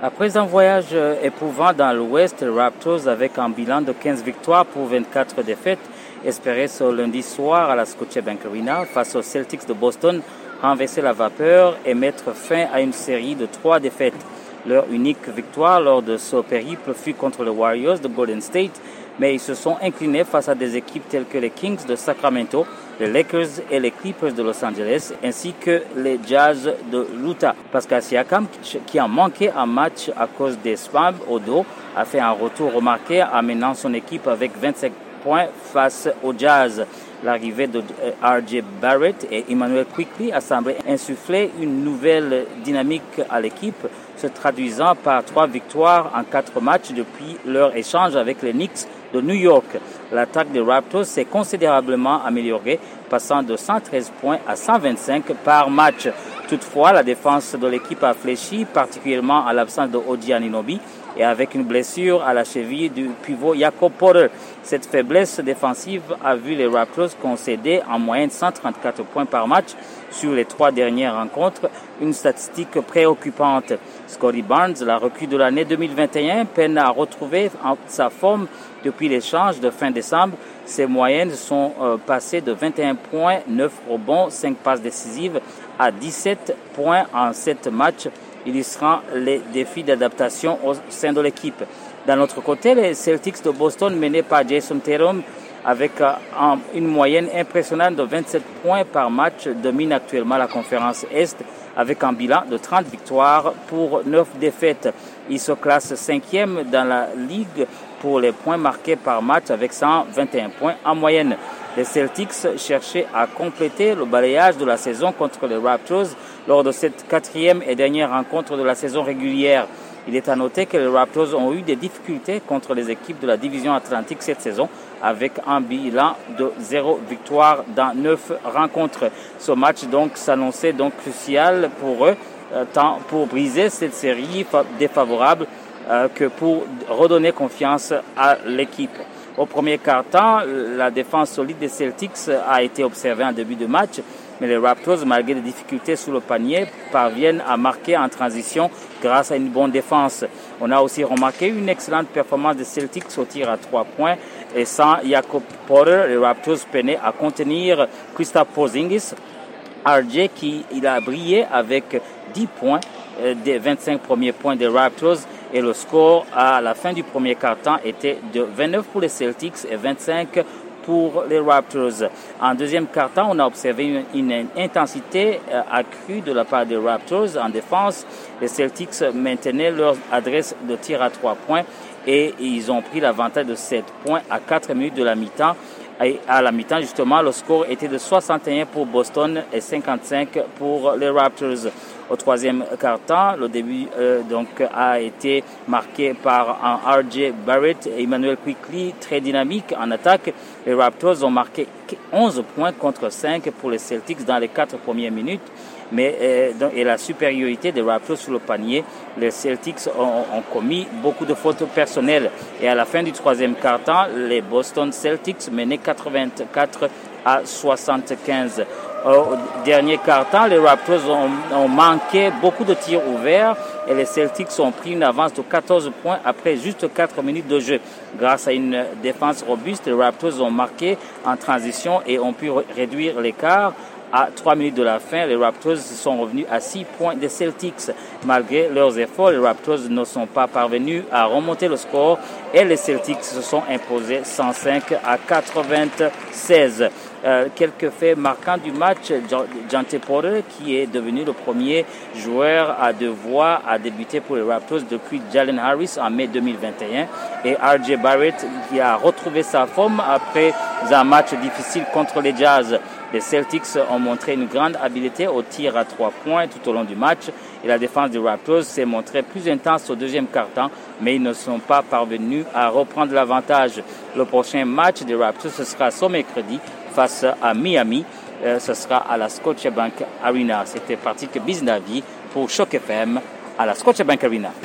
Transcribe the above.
Après un voyage éprouvant dans l'Ouest, les Raptors, avec un bilan de 15 victoires pour 24 défaites, espéraient ce lundi soir à la Scotiabank Arena face aux Celtics de Boston renverser la vapeur et mettre fin à une série de 3 défaites. Leur unique victoire lors de ce périple fut contre les Warriors de Golden State, mais ils se sont inclinés face à des équipes telles que les Kings de Sacramento, les Lakers et les Clippers de Los Angeles, ainsi que les Jazz de l'Utah. Pascal Siakam, qui a manqué un match à cause des spams au dos, a fait un retour remarqué, amenant son équipe avec 25 points face aux Jazz. L'arrivée de R.J. Barrett et Immanuel Quickley a semblé insuffler une nouvelle dynamique à l'équipe, se traduisant par 3 victoires en 4 matchs depuis leur échange avec les Knicks de New York. L'attaque des Raptors s'est considérablement améliorée, passant de 113 points à 125 par match. Toutefois, la défense de l'équipe a fléchi, particulièrement à l'absence de OG Anunoby et avec une blessure à la cheville du pivot Jakob Porter. Cette faiblesse défensive a vu les Raptors concéder en moyenne 134 points par match sur les 3 dernières rencontres, une statistique préoccupante. Scottie Barnes, la recrue de l'année 2021, peine à retrouver sa forme depuis l'échange de fin décembre. Ses moyennes sont passées de 21 points, 9 rebonds, 5 passes décisives à 17 points en 7 matchs, illustrant les défis d'adaptation au sein de l'équipe. D'un autre côté, les Celtics de Boston, menés par Jason Tatum, avec une moyenne impressionnante de 27 points par match, dominent actuellement la conférence Est avec un bilan de 30 victoires pour 9 défaites. Ils se classent 5e dans la ligue pour les points marqués par match avec 121 points en moyenne. Les Celtics cherchaient à compléter le balayage de la saison contre les Raptors lors de cette 4e et dernière rencontre de la saison régulière. Il est à noter que les Raptors ont eu des difficultés contre les équipes de la division Atlantique cette saison avec un bilan de 0 victoire dans 9 rencontres. Ce match donc s'annonçait donc crucial pour eux, tant pour briser cette série défavorable que pour redonner confiance à l'équipe. Au premier quart-temps, la défense solide des Celtics a été observée en début de match, mais les Raptors, malgré des difficultés sous le panier, parviennent à marquer en transition grâce à une bonne défense. On a aussi remarqué une excellente performance des Celtics au tir à 3 points et sans Jakob Porter, les Raptors peinaient à contenir Kristaps Porzingis. RJ, il a brillé avec 10 points des 25 premiers points des Raptors et le score à la fin du premier quart-temps était de 29 pour les Celtics et 25 pour les Raptors. En deuxième quart-temps, on a observé une intensité accrue de la part des Raptors en défense. Les Celtics maintenaient leur adresse de tir à 3 points et ils ont pris l'avantage de 7 points à 4 minutes de la mi-temps. Et à la mi-temps, justement, le score était de 61 pour Boston et 55 pour les Raptors. Au troisième quart-temps, le début a été marqué par un R.J. Barrett et Immanuel Quickley très dynamique en attaque. Les Raptors ont marqué 11 points contre 5 pour les Celtics dans les 4 premières minutes. Mais la supériorité des Raptors sur le panier, les Celtics ont commis beaucoup de fautes personnelles. Et à la fin du troisième quart-temps, les Boston Celtics menaient 84 à 75. Au dernier quart-temps, les Raptors ont manqué beaucoup de tirs ouverts et les Celtics ont pris une avance de 14 points après juste 4 minutes de jeu. Grâce à une défense robuste, les Raptors ont marqué en transition et ont pu réduire l'écart. À 3 minutes de la fin, les Raptors sont revenus à 6 points des Celtics. Malgré leurs efforts, les Raptors ne sont pas parvenus à remonter le score et les Celtics se sont imposés 105 à 96. Quelques faits marquants du match: Jante Porter, qui est devenu le premier joueur à 2 voix à débuter pour les Raptors depuis Jalen Harris en mai 2021, et R.J. Barrett, qui a retrouvé sa forme après un match difficile contre les Jazz. Les Celtics ont montré une grande habileté au tir à 3 points tout au long du match et la défense des Raptors s'est montrée plus intense au deuxième quart-temps, mais ils ne sont pas parvenus à reprendre l'avantage. Le prochain match des Raptors, ce sera ce mercredi face à Miami. Ce sera à la Scotiabank Arena. C'était Patrick Biznavi pour Choc FM à la Scotiabank Arena.